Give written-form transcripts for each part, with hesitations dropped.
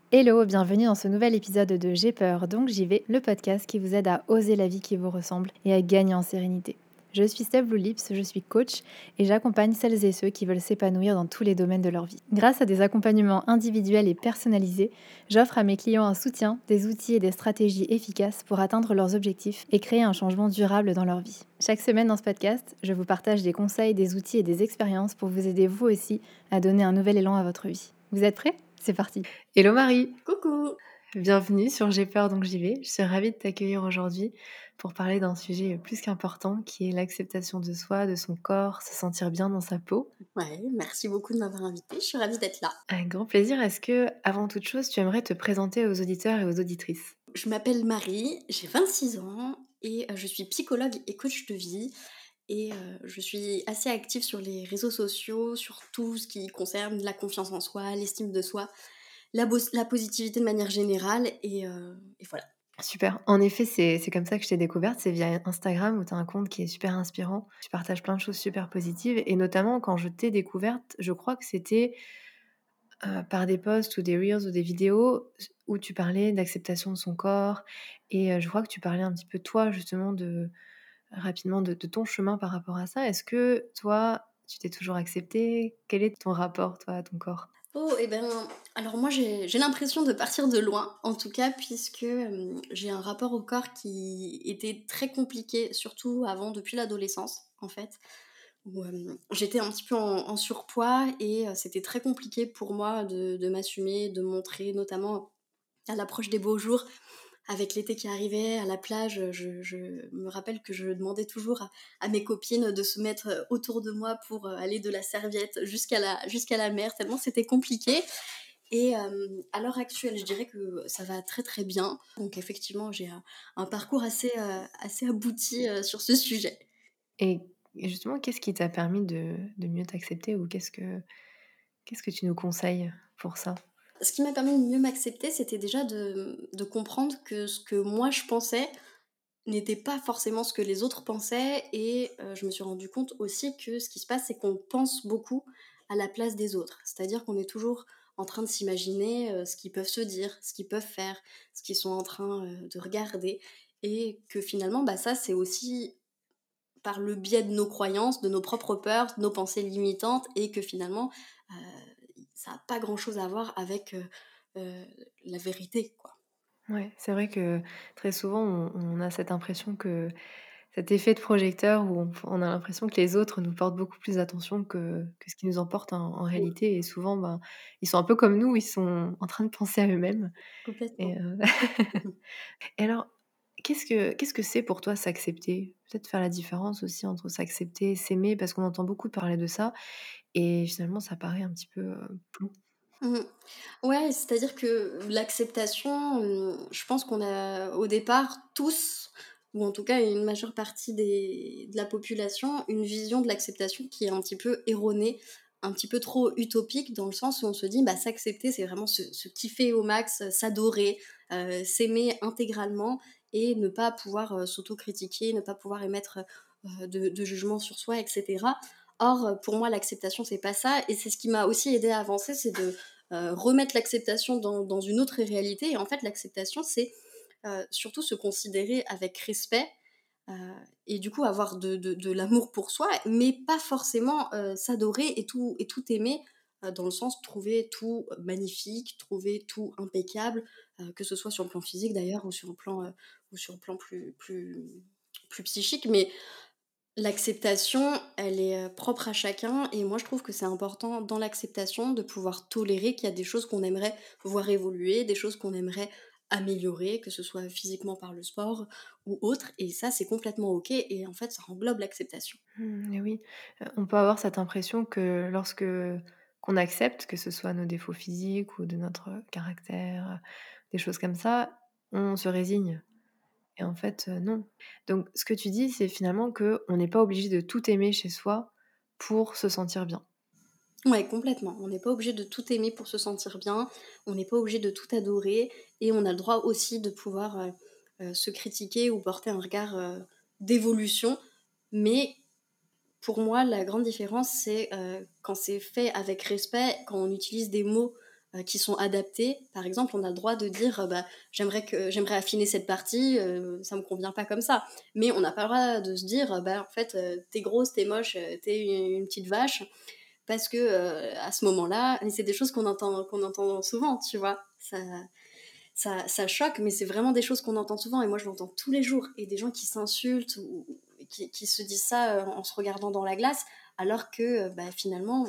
Hello, bienvenue dans ce nouvel épisode de J'ai peur, donc j'y vais, le podcast qui vous aide à oser la vie qui vous ressemble et à gagner en sérénité. Je suis Steph Blue Lips, je suis coach et j'accompagne celles et ceux qui veulent s'épanouir dans tous les domaines de leur vie. Grâce à des accompagnements individuels et personnalisés, j'offre à mes clients un soutien, des outils et des stratégies efficaces pour atteindre leurs objectifs et créer un changement durable dans leur vie. Chaque semaine dans ce podcast, je vous partage des conseils, des outils et des expériences pour vous aider vous aussi à donner un nouvel élan à votre vie. Vous êtes prêts ? C'est parti. Hello Marie. Coucou! Bienvenue sur J'ai peur donc j'y vais. Je suis ravie de t'accueillir aujourd'hui pour parler d'un sujet plus qu'important qui est l'acceptation de soi, de son corps, se sentir bien dans sa peau. Ouais, merci beaucoup de m'avoir invitée, je suis ravie d'être là. Avec grand plaisir, est-ce que, avant toute chose, tu aimerais te présenter aux auditeurs et aux auditrices? Je m'appelle Marie, j'ai 26 ans et je suis psychologue et coach de vie et je suis assez active sur les réseaux sociaux, sur tout ce qui concerne la confiance en soi, l'estime de soi, la positivité de manière générale et voilà. Super. En effet, c'est comme ça que je t'ai découverte, c'est via Instagram où tu as un compte qui est super inspirant. Tu partages plein de choses super positives et notamment quand je t'ai découverte, je crois que c'était par des posts ou des reels ou des vidéos où tu parlais d'acceptation de son corps et je crois que tu parlais un petit peu toi justement rapidement de ton chemin par rapport à ça. Est-ce que toi, tu t'es toujours acceptée? Quel est ton rapport toi à ton corps? Oh, et ben, alors moi j'ai l'impression de partir de loin, en tout cas, puisque j'ai un rapport au corps qui était très compliqué, surtout avant, depuis l'adolescence, en fait, où j'étais un petit peu en surpoids et c'était très compliqué pour moi de m'assumer, de me montrer, notamment à l'approche des beaux jours. Avec l'été qui arrivait, à la plage, je me rappelle que je demandais toujours à mes copines de se mettre autour de moi pour aller de la serviette jusqu'à la mer, tellement c'était compliqué. Et à l'heure actuelle, je dirais que ça va très très bien. Donc effectivement, j'ai un parcours assez abouti sur ce sujet. Et justement, qu'est-ce qui t'a permis de mieux t'accepter ou qu'est-ce que tu nous conseilles pour ça? Ce qui m'a permis de mieux m'accepter, c'était déjà de comprendre que ce que moi je pensais n'était pas forcément ce que les autres pensaient et je me suis rendu compte aussi que ce qui se passe, c'est qu'on pense beaucoup à la place des autres. C'est-à-dire qu'on est toujours en train de s'imaginer, ce qu'ils peuvent se dire, ce qu'ils peuvent faire, ce qu'ils sont en train, de regarder et que finalement, bah, ça, c'est aussi par le biais de nos croyances, de nos propres peurs, de nos pensées limitantes et que finalement, ça a pas grand-chose à voir avec, la vérité, quoi. Ouais, c'est vrai que très souvent on a cette impression que cet effet de projecteur où on a l'impression que les autres nous portent beaucoup plus attention que ce qu'ils nous en portent en Oui, réalité et souvent, ben, ils sont un peu comme nous, ils sont en train de penser à eux-mêmes et complètement. et alors, qu'est-ce que c'est pour toi s'accepter? Peut-être faire la différence aussi entre s'accepter et s'aimer parce qu'on entend beaucoup parler de ça et finalement ça paraît un petit peu, flou. Mmh. Ouais, c'est-à-dire que l'acceptation, je pense qu'on a au départ tous, ou en tout cas une majeure partie de la population, une vision de l'acceptation qui est un petit peu erronée, un petit peu trop utopique dans le sens où on se dit: «Bah, s'accepter, c'est vraiment se kiffer au max, s'adorer, s'aimer intégralement et ne pas pouvoir, s'autocritiquer, ne pas pouvoir émettre, de jugement sur soi et cetera». Or, pour moi, l'acceptation, c'est pas ça et c'est ce qui m'a aussi aidée à avancer, c'est de remettre l'acceptation dans une autre réalité. Et en fait, l'acceptation, c'est surtout se considérer avec respect euh, et du coup avoir de l'amour pour soi, mais pas forcément s'adorer et tout aimer. Dans le sens trouver tout magnifique, trouver tout impeccable, que ce soit sur le plan physique d'ailleurs ou sur le plan plus psychique, mais l'acceptation, elle est, propre à chacun et moi je trouve que c'est important dans l'acceptation de pouvoir tolérer qu'il y a des choses qu'on aimerait voir évoluer, des choses qu'on aimerait améliorer, que ce soit physiquement par le sport ou autre et ça c'est complètement OK et en fait ça englobe l'acceptation. Mmh et oui, on peut avoir cette impression que lorsque qu'on accepte, que ce soit nos défauts physiques ou de notre caractère, des choses comme ça, on se résigne et en fait, non. Donc ce que tu dis, c'est finalement qu'on n'est pas obligé de tout aimer chez soi pour se sentir bien. Ouais, complètement. On n'est pas obligé de tout aimer pour se sentir bien, on n'est pas obligé de tout adorer et on a le droit aussi de pouvoir, se critiquer ou porter un regard, d'évolution mais pour moi, la grande différence, c'est quand c'est fait avec respect, quand on utilise des mots qui sont adaptés. Par exemple, on a le droit de dire, bah, j'aimerais affiner cette partie, ça me convient pas comme ça. Mais on n'a pas le droit de se dire, bah, en fait, tu grosse, t'es moche, tu une petite vache parce que, à ce moment-là et c'est des choses qu'on entend souvent, tu vois? Ça choque, mais c'est vraiment des choses qu'on entend souvent et moi je l'entends tous les jours et des gens qui s'insultent ou qui se disent ça, en se regardant dans la glace alors que, bah, finalement,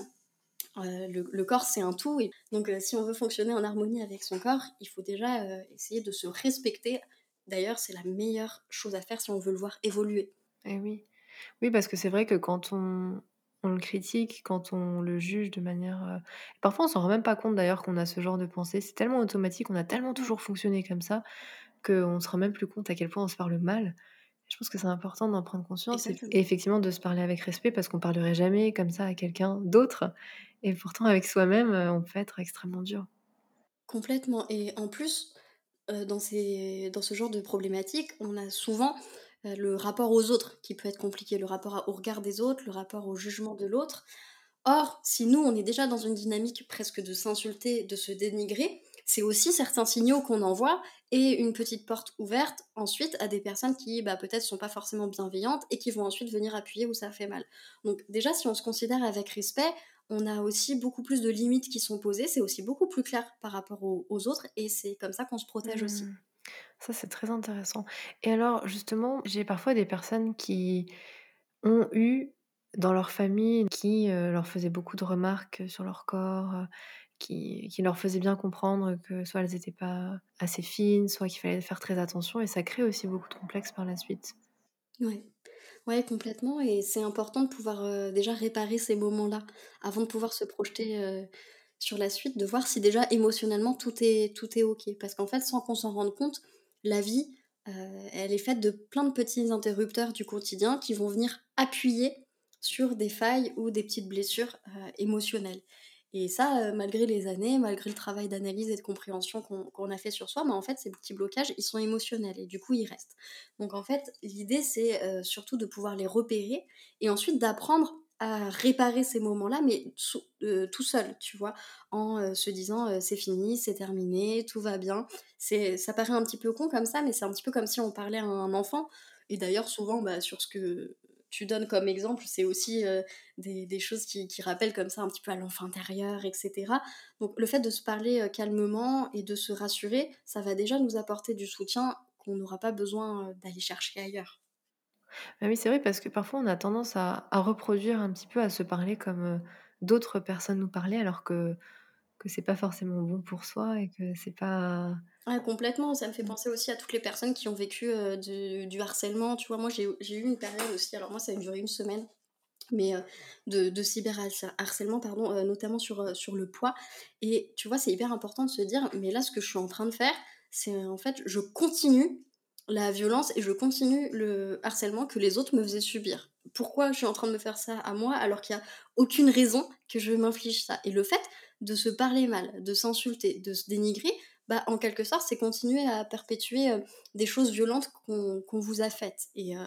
le corps c'est un tout et donc si on veut fonctionner en harmonie avec son corps, il faut déjà, essayer de se respecter. D'ailleurs, c'est la meilleure chose à faire si on veut le voir évoluer. Et oui. Oui, parce que c'est vrai que quand on le critique, quand on le juge de manière, parfois on s'en rend même pas compte d'ailleurs qu'on a ce genre de pensée. C'est tellement automatique, on a tellement Mmh, toujours fonctionné comme ça, qu'on se rend même plus compte à quel point on se parle mal. Je pense que c'est important d'en prendre conscience et exactement. effectivement de se parler avec respect parce qu'on parlerait jamais comme ça à quelqu'un d'autre et pourtant avec soi-même, on peut être extrêmement dur. Complètement et en plus, dans ce genre de problématique, on a souvent, le rapport aux autres qui peut être compliqué, le rapport au regard des autres, le rapport au jugement de l'autre. Or, si nous, on est déjà dans une dynamique presque de s'insulter, de se dénigrer, c'est aussi certains signaux qu'on envoie et une petite porte ouverte ensuite à des personnes qui, bah, peut-être sont pas forcément bienveillantes et qui vont ensuite venir appuyer où ça fait mal. Donc déjà, si on se considère avec respect, on a aussi beaucoup plus de limites qui sont posées, c'est aussi beaucoup plus clair par rapport aux autres et c'est comme ça qu'on se protège aussi. Mmh. Ça, c'est très intéressant et alors justement, j'ai parfois des personnes qui ont eu dans leur famille qui, leur faisaient beaucoup de remarques sur leur corps, qui leur faisaient bien comprendre que soit elles étaient pas assez fines, soit qu'il fallait faire très attention et ça crée aussi beaucoup de complexes par la suite. Ouais. Ouais, complètement et c'est important de pouvoir, déjà réparer ces moments-là, avant de pouvoir se projeter, sur la suite, de voir si déjà émotionnellement tout est OK. Parce qu'en fait, sans qu'on s'en rende compte, la vie, heu, elle est faite de plein de petits interrupteurs du quotidien qui vont venir appuyer sur des failles ou des petites blessures, émotionnelles. Et ça, malgré les années, malgré le travail d'analyse et de compréhension qu'on a fait sur soi, bah, en fait, ces petits blocages, ils sont émotionnels et du coup, ils restent. Donc en fait, l'idée, c'est, surtout de pouvoir les repérer et ensuite d'apprendre à réparer ces moments-là, mais tout seul, tu vois? En, se disant, «C'est fini, c'est terminé, tout va bien». Ça paraît un petit peu con comme ça, mais c'est un petit peu comme si on parlait à un enfant et d'ailleurs souvent, bah, sur ce que tu donnes comme exemple, c'est aussi, des choses qui rappellent comme ça un petit peu à l'enfant intérieur et cetera. Donc le fait de se parler, calmement et de se rassurer, ça va déjà nous apporter du soutien qu'on n'aura pas besoin, d'aller chercher ailleurs. Bah oui, c'est vrai parce que parfois on a tendance à reproduire un petit peu, à se parler comme, d'autres personnes nous parlaient alors que c'est pas forcément bon pour soi et que c'est pas Ouais, complètement, ça me fait penser aussi à toutes les personnes qui ont vécu, du harcèlement, tu vois? Moi, j'ai eu une période aussi, alors moi, ça a duré une semaine, mais de harcèlement pardon, notamment sur le poids et tu vois, c'est hyper important de se dire: «Mais là, ce que je suis en train de faire, c'est en fait, je continue la violence et je continue le harcèlement que les autres me faisaient subir. Pourquoi je suis en train de me faire ça à moi, alors qu'il y a aucune raison que je m'inflige ça?» Et le fait de se parler mal, de s'insulter, de se dénigrer, bah, en quelque sorte, c'est continuer à perpétuer, des choses violentes qu'on vous a faites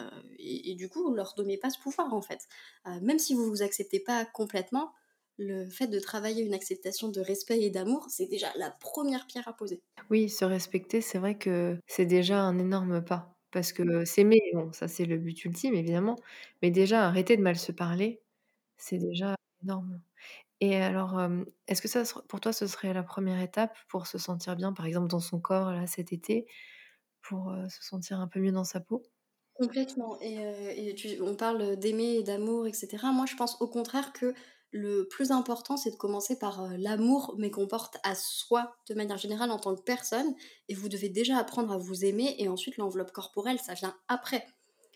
et du coup, leur donnez pas ce pouvoir, en fait. Même si vous vous acceptez pas complètement, le fait de travailler une acceptation de respect et d'amour, c'est déjà la première pierre à poser. oui, se respecter, c'est vrai que c'est déjà un énorme pas. Parce que s'aimer, bon, ça c'est le but ultime évidemment, mais déjà arrêter de mal se parler, c'est déjà énorme. Et alors, est-ce que ça pour toi, ce serait la première étape pour se sentir bien, par exemple dans son corps là cet été, pour, se sentir un peu mieux dans sa peau? Complètement et on parle d'aimer et d'amour et cetera. Moi, je pense au contraire que le plus important, c'est de commencer par, l'amour, mais qu'on porte à soi de manière générale en tant que personne et vous devez déjà apprendre à vous aimer et ensuite l'enveloppe corporelle, ça vient après.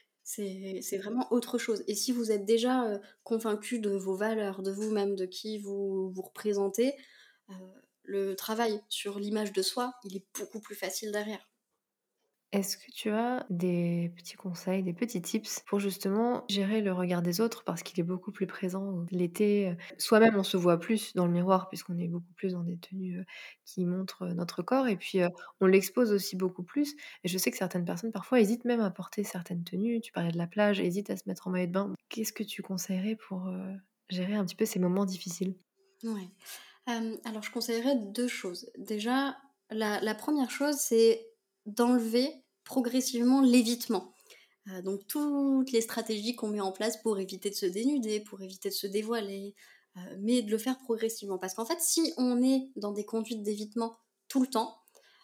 C'est vraiment autre chose et si vous êtes déjà, convaincu de vos valeurs, de vous-même, de qui vous vous représentez, heu, le travail sur l'image de soi, il est beaucoup plus facile derrière. Est-ce que tu as des petits conseils, des petits tips pour justement gérer le regard des autres? Parce qu'il est beaucoup plus présent l'été, soi-même on se voit plus dans le miroir puisqu'on est beaucoup plus dans des tenues, qui montrent, notre corps et puis, on l'expose aussi beaucoup plus et je sais que certaines personnes parfois hésitent même à porter certaines tenues. Tu parlais de la plage, hésitent à se mettre en maillot de bain. Qu'est-ce que tu conseillerais pour, gérer un petit peu ces moments difficiles? Ouais. Alors je conseillerais 2 choses. Déjà, la 1re chose, c'est d'enlever progressivement l'évitement. Donc toutes les stratégies qu'on met en place pour éviter de se dénuder, pour éviter de se dévoiler, mais de le faire progressivement. Parce qu'en fait, si on est dans des conduites d'évitement tout le temps,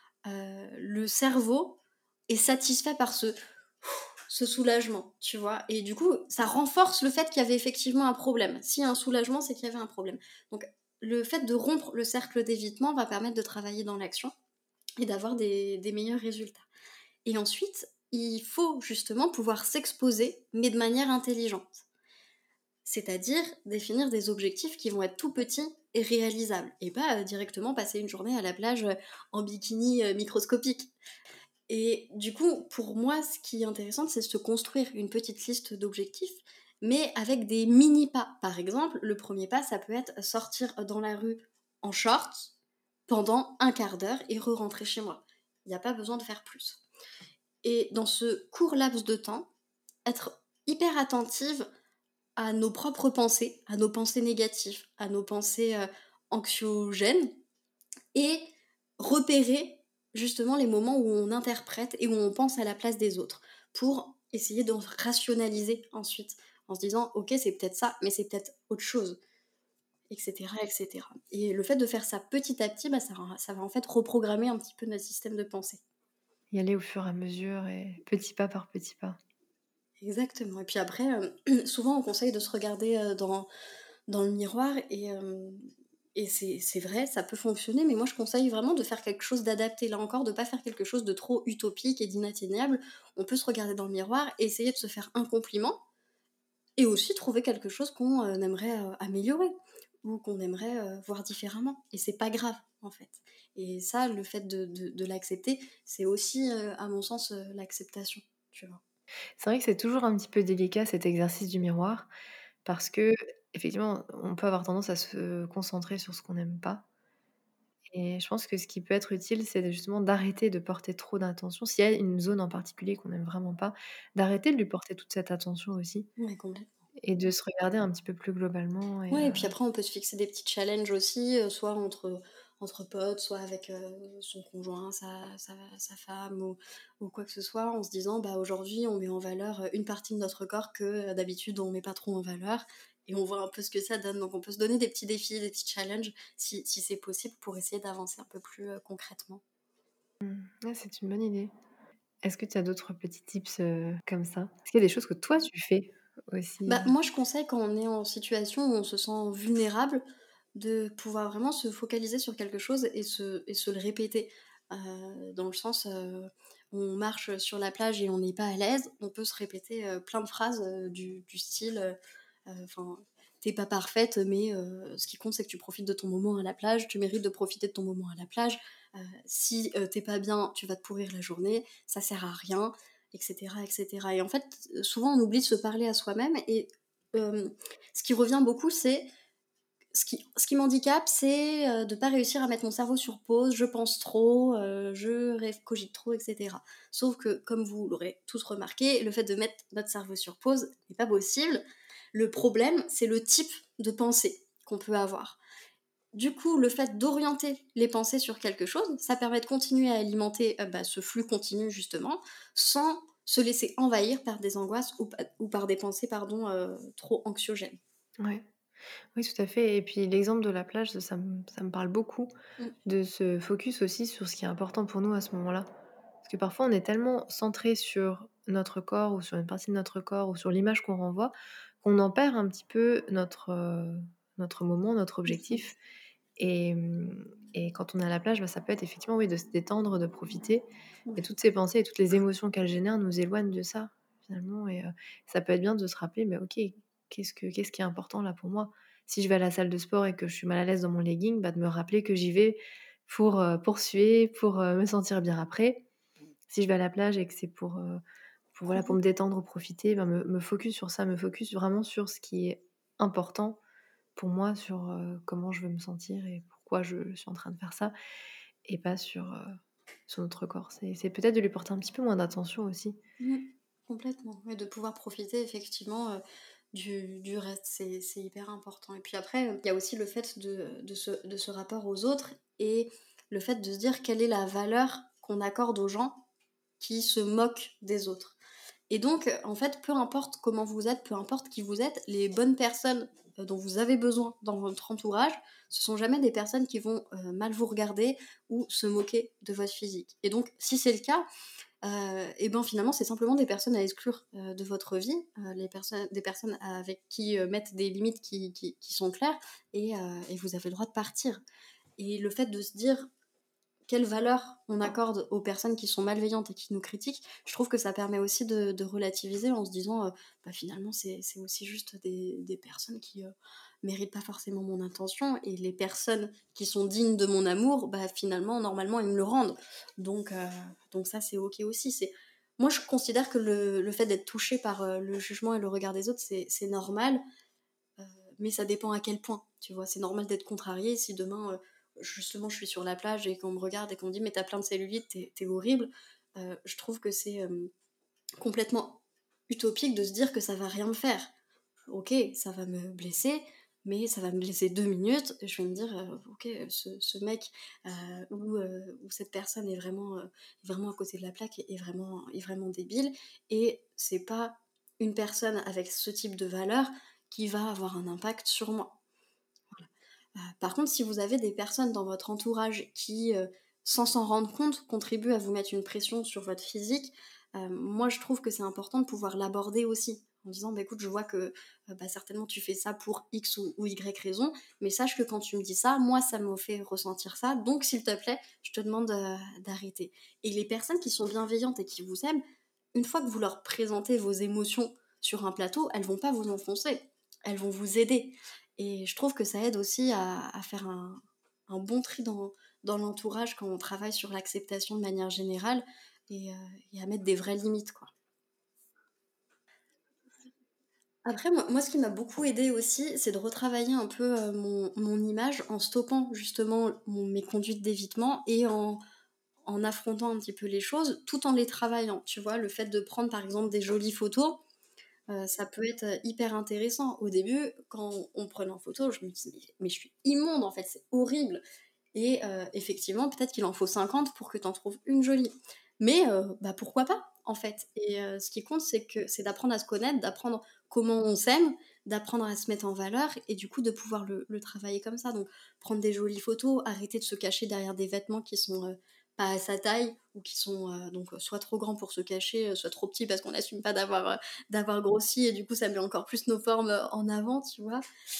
le cerveau est satisfait par ce soulagement, tu vois? Et du coup, ça renforce le fait qu'il y avait effectivement un problème. S'il y a un soulagement, c'est qu'il y avait un problème. Donc le fait de rompre le cercle d'évitement va permettre de travailler dans l'action et d'avoir des meilleurs résultats. Et ensuite, il faut justement pouvoir s'exposer, mais de manière intelligente. C'est-à-dire définir des objectifs qui vont être tout petits et réalisables, et pas directement passer une journée à la plage en bikini microscopique. Et du coup, pour moi, ce qui est intéressant, c'est de se construire une petite liste d'objectifs, mais avec des mini-pas. Par exemple, le premier pas, ça peut être sortir dans la rue en short pendant un quart d'heure et re-rentrer chez moi. Il n'y a pas besoin de faire plus. Et dans ce court laps de temps, être hyper attentive à nos propres pensées, à nos pensées négatives, à nos pensées anxiogènes, et repérer justement les moments où on interprète et où on pense à la place des autres, pour essayer de rationaliser ensuite, en se disant ok c'est peut-être ça, mais c'est peut-être autre chose, etc. etc. Et le fait de faire ça petit à petit, bah, ça va en fait reprogrammer un petit peu notre système de pensée. Y aller au fur et à mesure et petit pas par petit pas. Exactement. Et puis après, souvent on conseille de se regarder dans le miroir, et c'est vrai, ça peut fonctionner, mais moi je conseille vraiment de faire quelque chose d'adapté. Là encore, de pas faire quelque chose de trop utopique et d'inatteignable. On peut se regarder dans le miroir et essayer de se faire un compliment, et aussi trouver quelque chose qu'on aimerait améliorer, ou qu'on aimerait voir différemment. Et c'est pas grave, en fait. Et ça, le fait de l'accepter, c'est aussi, à mon sens, l'acceptation, tu vois. C'est vrai que c'est toujours un petit peu délicat cet exercice du miroir parce que effectivement, on peut avoir tendance à se concentrer sur ce qu'on n'aime pas et je pense que ce qui peut être utile, c'est justement d'arrêter de porter trop d'attention. S'il y a une zone en particulier qu'on n'aime vraiment pas, d'arrêter de lui porter toute cette attention aussi Ouais, complètement. et de se regarder un petit peu plus globalement Ouais, et puis après, on peut se fixer des petits challenges aussi, soit entre potes, soit avec son conjoint, sa femme, ou quoi que ce soit, en se disant, bah aujourd'hui, on met en valeur une partie de notre corps que d'habitude, on met pas trop en valeur, et on voit un peu ce que ça donne. Donc, on peut se donner des petits défis, des petits challenges, si c'est possible, pour essayer d'avancer un peu plus concrètement. ouais, c'est une bonne idée. Est-ce que tu as d'autres petits tips, comme ça? Est-ce qu'il y a des choses que toi tu fais aussi, Bah, moi, je conseille quand on est en situation où on se sent vulnérable, de pouvoir vraiment se focaliser sur quelque chose et se le répéter. Dans le sens, on marche sur la plage et on n'est pas à l'aise, on peut se répéter plein de phrases du style, enfin, t'es pas parfaite, mais ce qui compte, c'est que tu profites de ton moment à la plage, tu mérites de profiter de ton moment à la plage. Si t'es pas bien, tu vas te pourrir la journée, ça sert à rien, etc., etc. Et en fait, souvent, on oublie de se parler à soi-même, et ce qui revient beaucoup, c'est ce qui m'handicape, c'est de pas réussir à mettre mon cerveau sur pause, je pense trop, je rêve, cogite trop, etc. Sauf que, comme vous l'aurez tous remarqué, le fait de mettre notre cerveau sur pause n'est pas possible. Le problème, c'est le type de pensée qu'on peut avoir. Du coup, le fait d'orienter les pensées sur quelque chose, ça permet de continuer à alimenter bah, ce flux continu, justement, sans se laisser envahir par des angoisses ou par des pensées, pardon, trop anxiogènes. ouais. Oui, tout à fait et puis l'exemple de la plage, ça me parle beaucoup Mm. de se focus aussi sur ce qui est important pour nous à ce moment-là. Parce que parfois, on est tellement centré sur notre corps ou sur une partie de notre corps ou sur l'image qu'on renvoie, qu'on en perd un petit peu notre moment, notre objectif et quand on est à la plage, bah, ça peut être effectivement, oui, de se détendre, de profiter, mais toutes ces pensées et toutes les émotions qu'elles génèrent nous éloignent de ça, finalement et ça peut être bien de se rappeler: «Mais OK, qu'est-ce qui est important là pour moi?» Si je vais à la salle de sport et que je suis mal à l'aise dans mon legging, bah, de me rappeler que j'y vais pour suer, me sentir bien après. Si je vais à la plage et que c'est pour voilà, pour me détendre, profiter, ben, me focus sur ça, me focus vraiment sur ce qui est important pour moi, sur, comment je veux me sentir et pourquoi je suis en train de faire ça et pas sur notre corps. C'est peut-être de lui porter un petit peu moins d'attention aussi. Mmh. Complètement, et de pouvoir profiter effectivement, du reste. C'est hyper important. Et puis après, il y a aussi le fait de ce rapport aux autres et le fait de se dire quelle est la valeur qu'on accorde aux gens qui se moquent des autres. Et donc, en fait, peu importe comment vous êtes, peu importe qui vous êtes, les bonnes personnes dont vous avez besoin dans votre entourage, ce sont jamais des personnes qui vont mal vous regarder ou se moquer de votre physique. Et donc, si c'est le cas, et ben finalement, c'est simplement des personnes à exclure de votre vie, des personnes avec qui mettre des limites qui sont claires, et vous avez le droit de partir. Et le fait de se dire quelle valeur on accorde aux personnes qui sont malveillantes et qui nous critiquent, je trouve que ça permet aussi de relativiser en se disant bah, finalement c'est aussi juste des personnes qui méritent pas forcément mon intention, et les personnes qui sont dignes de mon amour, bah, finalement normalement ils me le rendent. Donc ça c'est ok aussi. Moi je considère que le fait d'être touché par le jugement et le regard des autres, c'est normal, euh, mais ça dépend à quel point, tu vois. C'est normal d'être contrarié si demain, justement, je suis sur la plage et qu'on me regarde et qu'on me dit mais t'as plein de cellulite, t'es horrible. Je trouve que c'est complètement utopique de se dire que ça va rien me faire. Ok, ça va me blesser, mais ça va me blesser 2 minutes. Je vais me dire, ok, ce mec ou cette personne est vraiment à côté de la plaque, est vraiment débile. Et c'est pas une personne avec ce type de valeur qui va avoir un impact sur moi. Par contre, si vous avez des personnes dans votre entourage qui, sans s'en rendre compte, contribuent à vous mettre une pression sur votre physique, moi je trouve que c'est important de pouvoir l'aborder aussi. En disant, bah, écoute, je vois que bah, certainement tu fais ça pour X ou Y raison, mais sache que quand tu me dis ça, moi ça me fait ressentir ça, donc s'il te plaît, je te demande d'arrêter. Et les personnes qui sont bienveillantes et qui vous aiment, une fois que vous leur présentez vos émotions sur un plateau, elles vont pas vous enfoncer, elles vont vous aider. Et je trouve que ça aide aussi à faire un bon tri dans l'entourage quand on travaille sur l'acceptation de manière générale, et à mettre des vraies limites, quoi. Après, moi, ce qui m'a beaucoup aidé aussi, c'est de retravailler un peu mon image en stoppant justement mes conduites d'évitement et en affrontant un petit peu les choses tout en les travaillant. Tu vois, le fait de prendre par exemple des jolies photos, ça peut être hyper intéressant. Au début, quand on prenait en photo, je me disais, mais je suis immonde en fait, c'est horrible. Et effectivement, peut-être qu'il en faut 50 pour que tu en trouves une jolie. Mais bah, pourquoi pas, en fait. Et ce qui compte, c'est d'apprendre à se connaître, d'apprendre comment on s'aime, d'apprendre à se mettre en valeur, et du coup de pouvoir le travailler comme ça. Donc prendre des jolies photos, arrêter de se cacher derrière des vêtements qui sont pas à sa taille, ou qui sont donc soit trop grands pour se cacher, soit trop petits parce qu'on n'assume pas d'avoir grossi, et du coup ça met encore plus nos formes en avant, tu vois.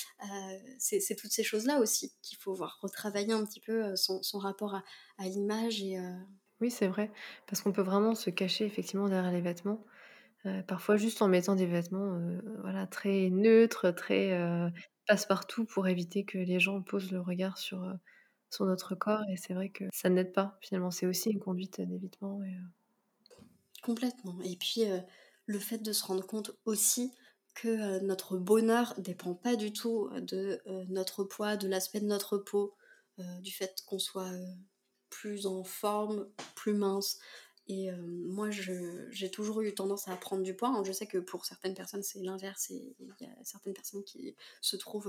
C'est toutes ces choses-là aussi qu'il faut voir, retravailler un petit peu son rapport à l'image. Oui, c'est vrai, parce qu'on peut vraiment se cacher effectivement derrière les vêtements. Parfois juste en mettant des vêtements, voilà, très neutres, très, passe-partout pour éviter que les gens posent le regard sur notre corps, et c'est vrai que ça n'aide pas finalement. C'est aussi une conduite d'évitement, Complètement. Et puis le fait de se rendre compte aussi que notre bonheur dépend pas du tout de notre poids, de l'aspect de notre peau, du fait qu'on soit plus en forme, plus mince. Et moi, j'ai toujours eu tendance à prendre du poids, hein. Je sais que pour certaines personnes, c'est l'inverse. Et il y a certaines personnes qui se trouvent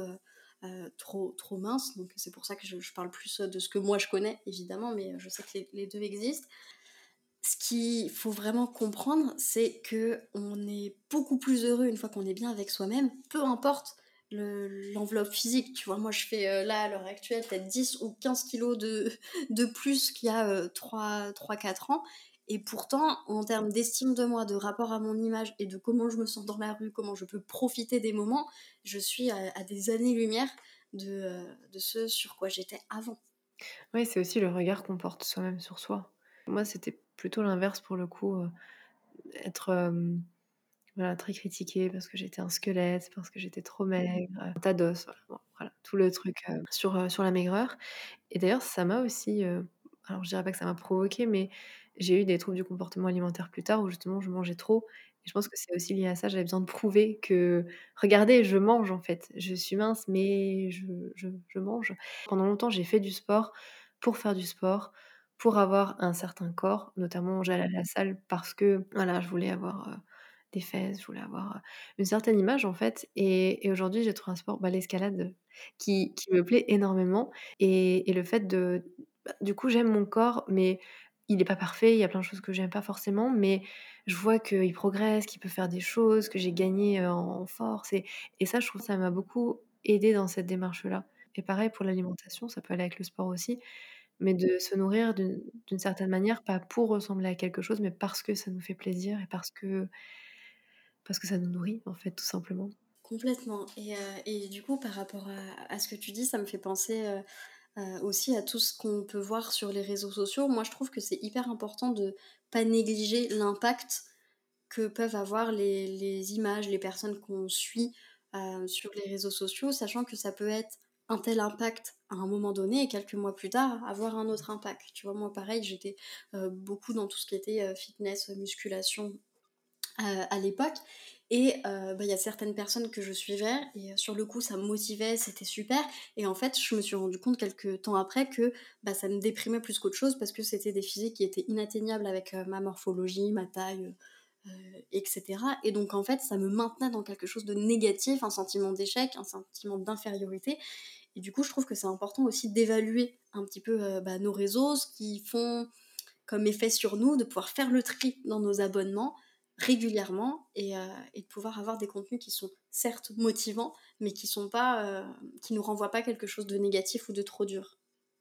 trop minces. Donc c'est pour ça que je parle plus de ce que moi je connais, évidemment, mais je sais que les deux existent. Ce qu'il faut vraiment comprendre, c'est que on est beaucoup plus heureux une fois qu'on est bien avec soi-même, peu importe l'enveloppe physique. Tu vois, moi je fais là à l'heure actuelle peut-être 10 ou 15 kilos de plus qu'il y a 3-4 ans. Et pourtant, en termes d'estime de moi, de rapport à mon image et de comment je me sens dans la rue, comment je peux profiter des moments, je suis à des années-lumière de ce sur quoi j'étais avant. Oui, c'est aussi le regard qu'on porte soi-même sur soi. Moi, c'était plutôt l'inverse pour le coup, être, voilà, très critiquée parce que j'étais un squelette, parce que j'étais trop maigre, un tas d'os, voilà, bon, voilà, tout le truc, sur la maigreur. Et d'ailleurs, ça m'a aussi, alors je dirais pas que ça m'a provoqué, mais j'ai eu des troubles du comportement alimentaire plus tard où justement je mangeais trop, et je pense que c'est aussi lié à ça. J'avais besoin de prouver que: «Regardez, je mange en fait, je suis mince mais je mange». Pendant longtemps, j'ai fait du sport pour faire du sport, pour avoir un certain corps, notamment j'allais à la salle parce que, voilà, je voulais avoir, des fesses, je voulais avoir, une certaine image en fait et aujourd'hui j'ai trouvé un sport, l'escalade, qui me plaît énormément et le fait de du coup j'aime mon corps mais il est pas parfait, il y a plein de choses que j'aime pas forcément mais je vois qu'il progresse, qu'il peut faire des choses, que j'ai gagné, en force et ça je trouve ça m'a beaucoup aidée dans cette démarche-là et pareil pour l'alimentation, ça peut aller avec le sport aussi, mais de se nourrir d'une certaine manière, pas pour ressembler à quelque chose, mais parce que ça nous fait plaisir et parce que ça nous nourrit, en fait, tout simplement. Complètement et du coup, par rapport à ce que tu dis, ça me fait penser, aussi à tout ce qu'on peut voir sur les réseaux sociaux. Moi, je trouve que c'est hyper important de pas négliger l'impact que peuvent avoir les images, les personnes qu'on suit, sur les réseaux sociaux, sachant que ça peut être un tel impact à un moment donné et quelques mois plus tard, avoir un autre impact. Tu vois? Moi, pareil, j'étais, beaucoup dans tout ce qui était, fitness, musculation, à l'époque et il y a certaines personnes que je suivais et sur le coup, ça me motivait, c'était super et en fait, je me suis rendu compte quelques temps après que, ça me déprimait plus qu'autre chose parce que c'était des physiques qui étaient inatteignables avec, ma morphologie, ma taille, et cetera et donc en fait, ça me maintenait dans quelque chose de négatif, un sentiment d'échec, un sentiment d'infériorité et du coup, je trouve que c'est important aussi d'évaluer un petit peu, nos réseaux, ce qu'ils font comme effet sur nous, de pouvoir faire le tri dans nos abonnements régulièrement et de pouvoir avoir des contenus qui sont certes motivants, mais qui sont pas, qui nous renvoient pas quelque chose de négatif ou de trop dur.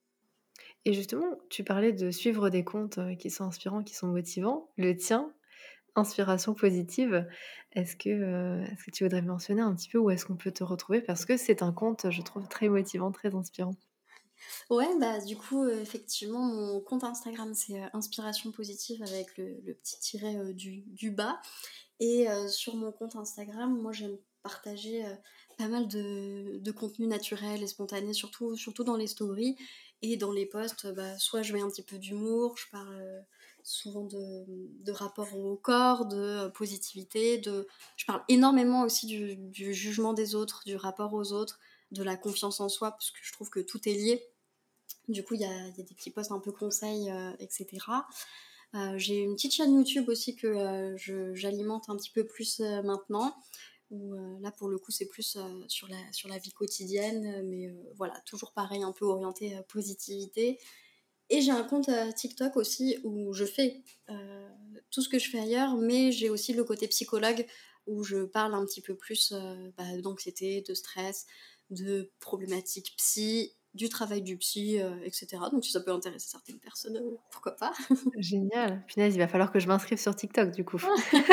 Et justement, tu parlais de suivre des comptes, qui sont inspirants, qui sont motivants. Le tien, Inspiration Positive, est-ce que tu voudrais mentionner un petit peu où est-ce qu'on peut te retrouver? Parce que c'est un compte, je trouve très motivant, très inspirant. Ouais, du coup, effectivement, mon compte Instagram, c'est, inspiration positive avec le petit tiret, du bas. Et sur mon compte Instagram, moi j'aime partager pas mal de contenu naturel et spontané, surtout dans les stories et dans les posts, soit je mets un petit peu d'humour, je parle souvent de rapport au corps, de positivité, je parle énormément aussi du jugement des autres, du rapport aux autres, de la confiance en soi, parce que je trouve que tout est lié. Du coup, il y a des petits posts un peu conseils, etc. J'ai une petite chaîne YouTube aussi que j'alimente un petit peu plus maintenant, où là pour le coup c'est plus sur la vie quotidienne, mais voilà, toujours pareil, un peu orienté positivité. Et j'ai un compte TikTok aussi où je fais tout ce que je fais ailleurs, mais j'ai aussi le côté psychologue où je parle un petit peu plus d'anxiété, de stress, de problématiques psy, du travail du psy, etc. Donc si ça peut intéresser certaines personnes, pourquoi pas. Génial! Punaise, il va falloir que je m'inscrive sur TikTok du coup.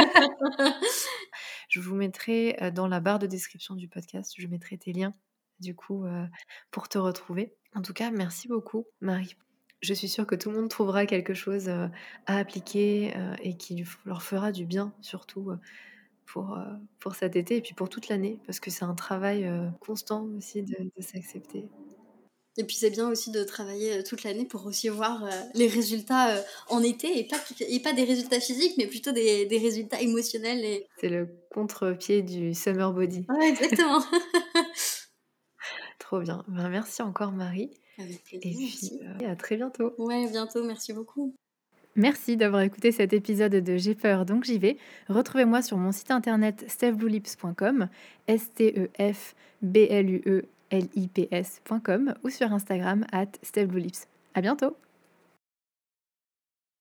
Je vous mettrai, dans la barre de description du podcast, je mettrai tes liens, du coup, pour te retrouver. En tout cas, merci beaucoup, Marie. Je suis sûre que tout le monde trouvera quelque chose, à appliquer, et qui leur fera du bien, surtout, pour cet été et puis pour toute l'année, parce que c'est un travail, constant aussi de s'accepter. Et puis c'est bien aussi de travailler, toute l'année pour aussi voir, les résultats, en été et pas des résultats physiques, mais plutôt des résultats émotionnels et C'est le contre-pied du summer body. ouais, exactement. Trop bien. Ben, merci encore, Marie Avec et plaisir, puis, merci. à très bientôt. Ouais, à bientôt, merci beaucoup. Merci d'avoir écouté cet épisode de J'ai peur donc j'y vais. Retrouvez-moi sur mon site internet stefbluelips.com, stefbluelips.com ou sur Instagram @stefbluelips. À bientôt.